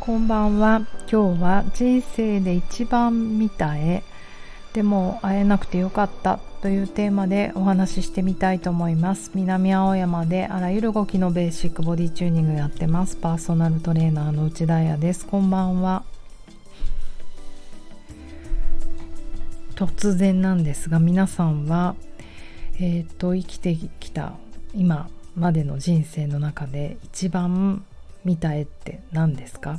こんばんは。今日は人生で一番見た絵でも会えなくてよかったというテーマでお話ししてみたいと思います。南青山であらゆる動きのベーシックボディチューニングやってます。パーソナルトレーナーの内田彩です。こんばんは。突然なんですが、皆さんは生きてきた今までの人生の中で一番見た絵って何ですか？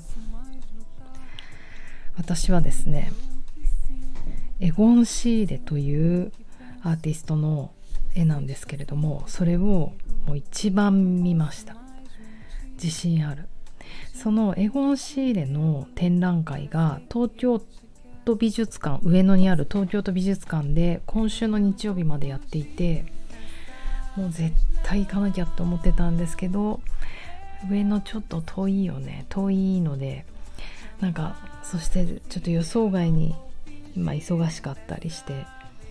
私はですね、エゴン・シーレというアーティストの絵なんですけれども、それをもう一番見ました。自信ある。そのエゴン・シーレの展覧会が東京都美術館、上野にある東京都美術館で今週の日曜日までやっていて、もう絶対行かなきゃと思ってたんですけど、上野ちょっと遠いよね。遠いので、そしてちょっと予想外に今忙しかったりして、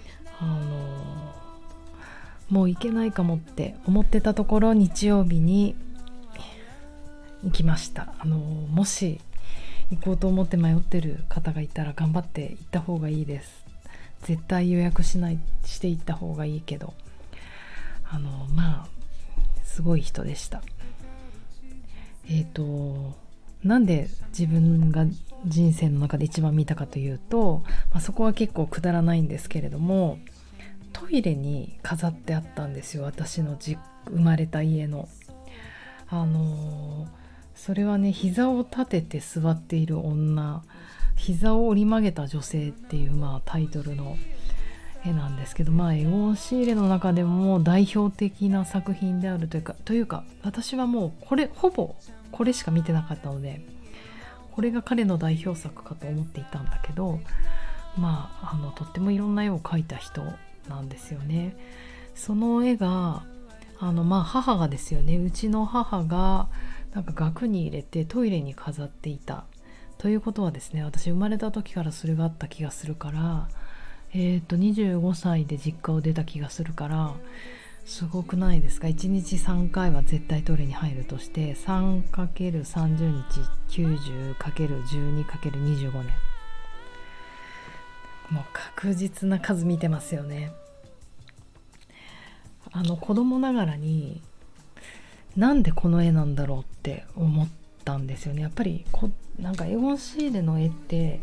もう行けないかもって思ってたところ、日曜日に行きました。もし行こうと思って迷ってる方がいたら頑張って行った方がいいです。絶対予約して行った方がいいけど、すごい人でした。なんで自分が人生の中で一番見たかというと、そこは結構くだらないんですけれども、トイレに飾ってあったんですよ。私の生まれた家の。それはね、膝を立てて座っている女、膝を折り曲げた女性っていう、タイトルの絵なんですけど、エゴン・シーレの中でも代表的な作品であるというか私はもうほぼこれしか見てなかったので、これが彼の代表作かと思っていたんだけど、とってもいろんな絵を描いた人なんですよね。その絵が母がですよね、うちの母が額に入れてトイレに飾っていたということはですね、私生まれた時からそれがあった気がするから、25歳で実家を出た気がするから、すごくないですか。1日3回は絶対トイレに入るとして 3×30 日 90×12×25 年、もう確実な数見てますよね。子供ながらになんでこの絵なんだろうって思ったんですよね。やっぱりエゴン・シーレの絵って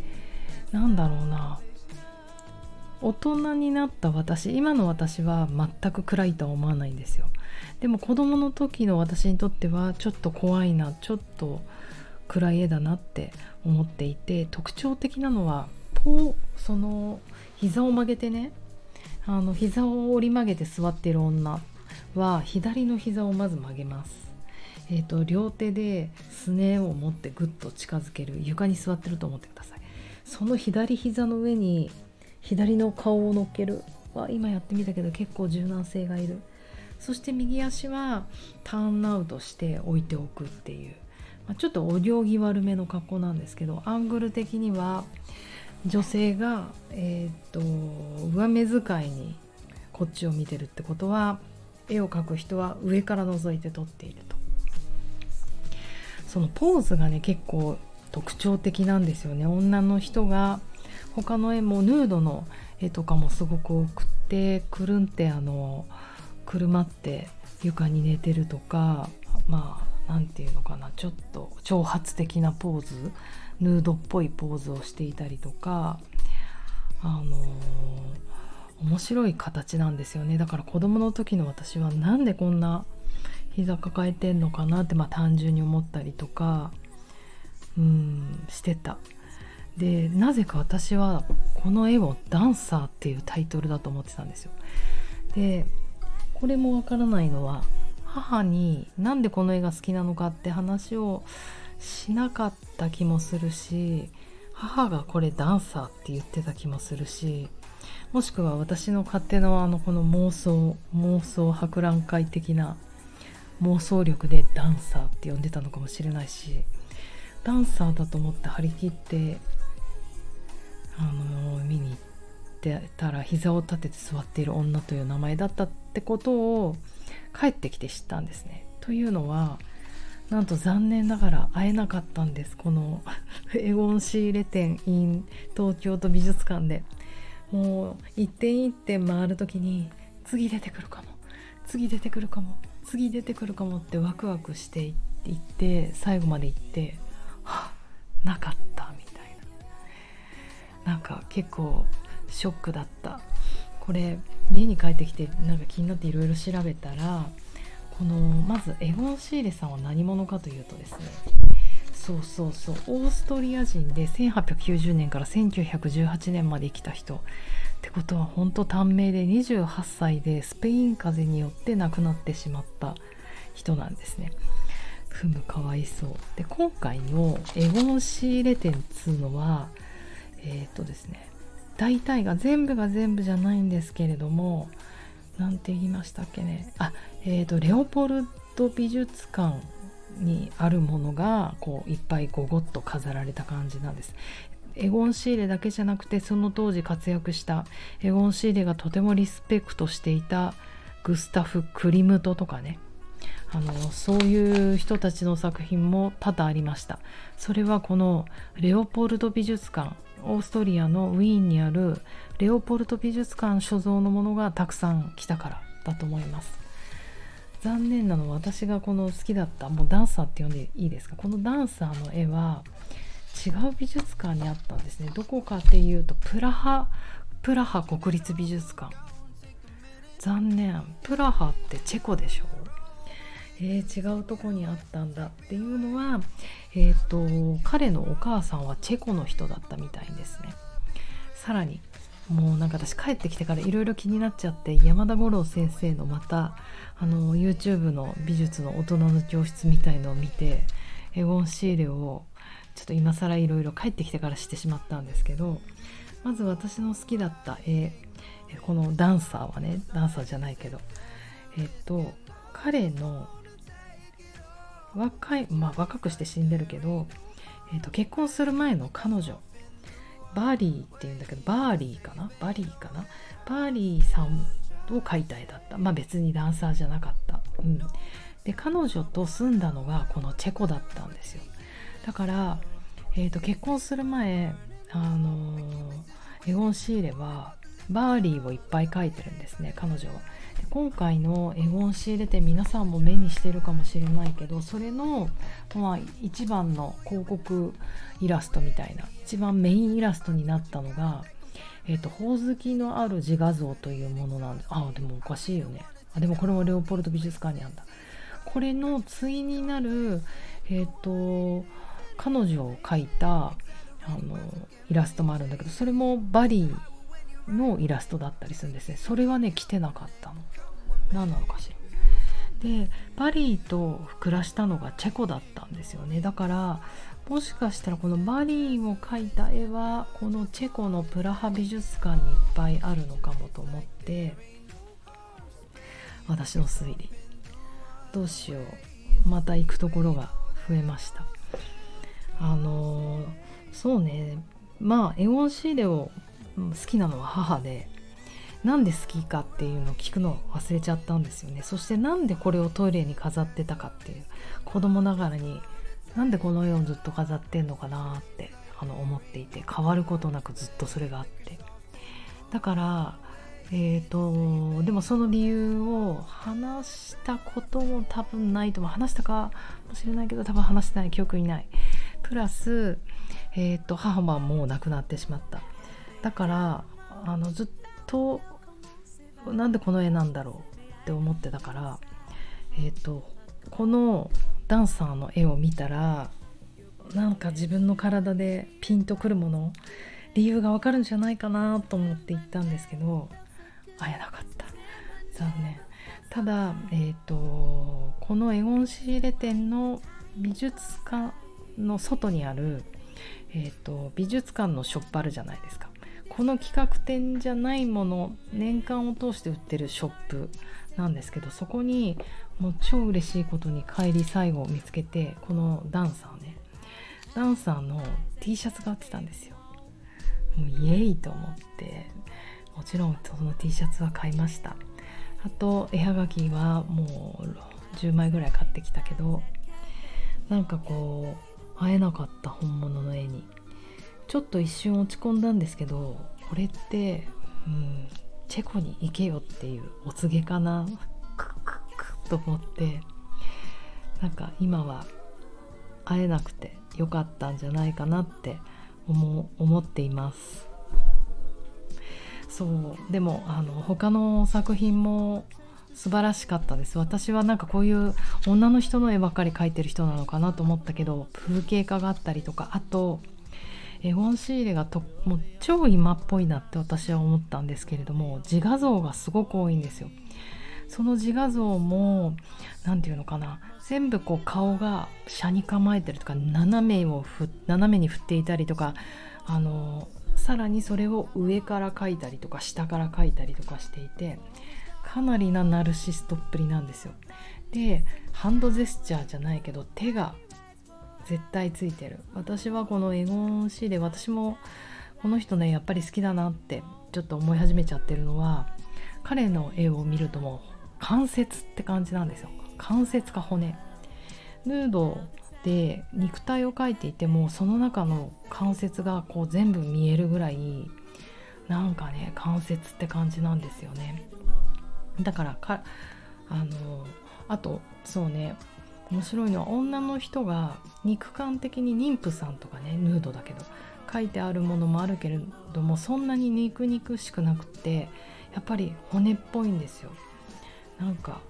大人になった私、今の私は全く暗いとは思わないんですよ。でも子供の時の私にとってはちょっと怖いな、ちょっと暗い絵だなって思っていて、特徴的なのはその膝を曲げてね、膝を折り曲げて座っている女は左の膝をまず曲げます。両手ですねを持ってぐっと近づける。床に座ってると思ってください。その左膝の上に左の顔を乗っける。今やってみたけど結構柔軟性がいる。そして右足はターンアウトして置いておくっていう、ちょっとお行儀悪めの格好なんですけど、アングル的には女性が、上目遣いにこっちを見てるってことは、絵を描く人は上から覗いて撮っていると。そのポーズがね、結構特徴的なんですよね。女の人が、他の絵もヌードの絵とかもすごく多くて、くるんってくるまって床に寝てるとか、なんていうのかな、ちょっと挑発的なポーズ、ヌードっぽいポーズをしていたりとか、面白い形なんですよね。だから子供の時の私はなんでこんな膝抱えてんのかなって単純に思ったりとかしてた。で、なぜか私はこの絵をダンサーっていうタイトルだと思ってたんですよ。で、これもわからないのは、母になんでこの絵が好きなのかって話をしなかった気もするし、母がこれダンサーって言ってた気もするし、もしくは私の勝手なこの妄想博覧会的な妄想力でダンサーって呼んでたのかもしれないし、ダンサーだと思って張り切って見に行ってたら、膝を立てて座っている女という名前だったってことを帰ってきて知ったんですね。というのは、 なんと残念ながら会えなかったんです。このエゴン・シーレ展 in 東京都美術館で、もう一点一点回るときに次出てくるかも、次出てくるかも、次出てくるかもってワクワクしていって最後まで行って、なかったみたいな、なんか結構ショックだった。これ家に帰ってきてなんか気になっていろいろ調べたら、このまずエゴン・シーレさんは何者かというとですね、オーストリア人で1890年から1918年まで生きた人ってことは、本当短命で28歳でスペイン風邪によって亡くなってしまった人なんですね。かわいそうで、今回のエゴン・シーレ展っつうのはですね、大体が全部じゃないんですけれども、なんて言いましたっけね、レオポルド美術館にあるものがこういっぱいゴゴッと飾られた感じなんです。エゴン・シーレだけじゃなくて、その当時活躍したエゴン・シーレがとてもリスペクトしていたグスタフ・クリムトとかね、そういう人たちの作品も多々ありました。それはこのレオポルド美術館、オーストリアのウィーンにあるレオポルド美術館所蔵のものがたくさん来たからだと思います。残念なのは、私がこの好きだった、もうダンサーって呼んでいいですか、このダンサーの絵は違う美術館にあったんですね。どこかっていうとプラハ国立美術館。残念。プラハってチェコでしょ。違うとこにあったんだっていうのは、彼のお母さんはチェコの人だったみたいですね。さらにもうなんか私帰ってきてからいろいろ気になっちゃって、山田五郎先生のまたYouTube の美術の大人の教室みたいのを見て、エゴン・シーレをちょっと今更いろいろ帰ってきてからしてしまったんですけど、まず私の好きだった絵、このダンサーはね、ダンサーじゃないけど彼の若くして死んでるけど、結婚する前の彼女、バリーっていうんだけど、バーリーさんを描いた絵だった。別にダンサーじゃなかった、で彼女と住んだのがこのチェコだったんですよ。だから、結婚する前エゴン・シーレはバーリーをいっぱい描いてるんですね、彼女は。で今回のエゴン・シーレ展、皆さんも目にしてるかもしれないけど、それの、一番の広告イラストみたいな、一番メインイラストになったのが、ほおずきのある自画像というものなんで、でもおかしいよね。でもこれもレオポルド美術館にあるんだ。これの対になる、彼女を描いたイラストもあるんだけど、それもバリーのイラストだったりするんですね。それはね着てなかったの。何なのかしら。でバリーと暮らしたのがチェコだったんですよね。だからもしかしたらこのバリーを描いた絵はこのチェコのプラハ美術館にいっぱいあるのかもと思って、私の推理、どうしよう、また行くところが増えました。そうね、エゴン・シーレを好きなのは母で、なんで好きかっていうのを聞くのを忘れちゃったんですよね。そしてなんでこれをトイレに飾ってたかっていう、子供ながらになんでこの絵をずっと飾ってんのかなって思っていて、変わることなくずっとそれがあって、だからでもその理由を話したことも多分ないと思う。話したかもしれないけど多分話してない、記憶にない。プラス母はもう亡くなってしまった。だからずっとなんでこの絵なんだろうって思ってたから、このダンサーの絵を見たらなんか自分の体でピンとくるもの、理由がわかるんじゃないかなと思って行ったんですけど、会えなかった。残念。ただ、このエゴン・シーレ展の美術館の外にある、美術館のショップあるじゃないですか。この企画展じゃないもの、年間を通して売ってるショップなんですけど、そこにもう超嬉しいことに帰り最後見つけて、このダンサーの T シャツが売ってたんですよ。もうイエイと思って、もちろんその T シャツは買いました。あと絵はがきはもう10枚ぐらい買ってきたけど、 なんかこう会えなかった本物の絵にちょっと一瞬落ち込んだんですけど、これって、チェコに行けよっていうお告げかなと思って、なんか今は会えなくてよかったんじゃないかなって思っています。そうでも他の作品も素晴らしかったです。私はなんかこういう女の人の絵ばっかり描いてる人なのかなと思ったけど、風景画があったりとか、あとエゴン・シーレがもう超今っぽいなって私は思ったんですけれども、自画像がすごく多いんですよ。その自画像もなんていうのかな、全部こう顔が斜に構えてるとか、斜めに振っていたりとか、さらにそれを上から描いたりとか下から描いたりとかしていて、かなりなナルシストっぷりなんですよ。でハンドジェスチャーじゃないけど手が絶対ついてる。私はこのエゴン・シーレ、私もこの人ねやっぱり好きだなってちょっと思い始めちゃってるのは、彼の絵を見るともう関節って感じなんですよ。関節か骨、ヌードで肉体を描いていてもその中の関節がこう全部見えるぐらい、なんかね関節って感じなんですよね。だからあとそうね、面白いのは女の人が肉感的に妊婦さんとかね、ヌードだけど書いてあるものもあるけれども、そんなに肉々しくなくてやっぱり骨っぽいんですよ。なんか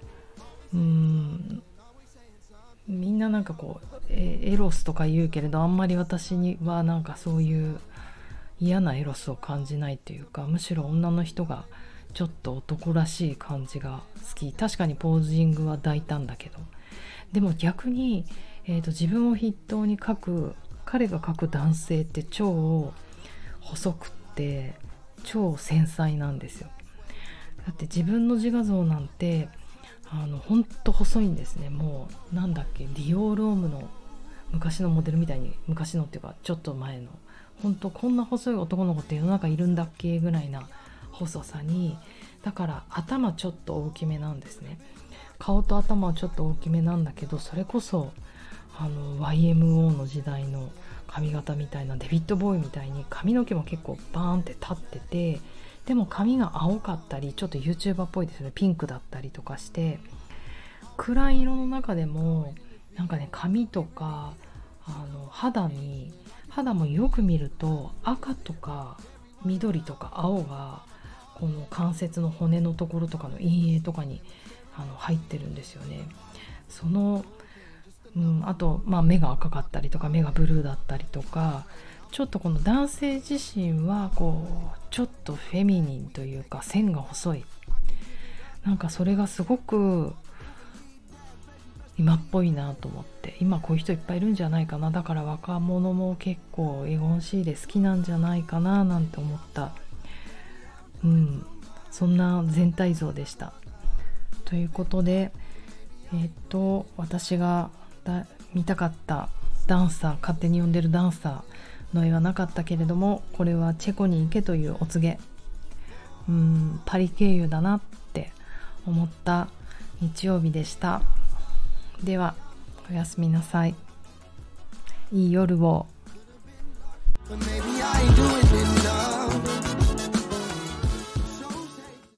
みんななんかこうエロスとか言うけれど、あんまり私にはなんかそういう嫌なエロスを感じないというか、むしろ女の人がちょっと男らしい感じが好き。確かにポージングは大胆だけど、でも逆に、自分を筆頭に彼が描く男性って超細くって超繊細なんですよ。だって自分の自画像なんてほんと細いんですね。もうなんだっけ、ディオールオムの昔のモデルみたいに、昔のっていうかちょっと前の、ほんとこんな細い男の子って世の中いるんだっけぐらいな細さに、だから頭ちょっと大きめなんですね。顔と頭はちょっと大きめなんだけど、それこそYMO の時代の髪型みたいな、デビッド・ボーイみたいに髪の毛も結構バーンって立ってて、でも髪が青かったりちょっと YouTuber っぽいですよね、ピンクだったりとかして、暗い色の中でもなんかね、髪とか肌もよく見ると赤とか緑とか青がこの関節の骨のところとかの陰影とかに入ってるんですよね。あと、目が赤かったりとか目がブルーだったりとか、ちょっとこの男性自身はこうちょっとフェミニンというか線が細い、なんかそれがすごく今っぽいなと思って、今こういう人いっぱいいるんじゃないかな。だから若者も結構エゴン・シーレ好きなんじゃないかななんて思った、そんな全体像でした。ということで私が見たかったダンサー、勝手に呼んでるダンサーの絵はなかったけれども、これはチェコに行けというお告げ、パリ経由だなって思った日曜日でした。ではおやすみなさい。いい夜を。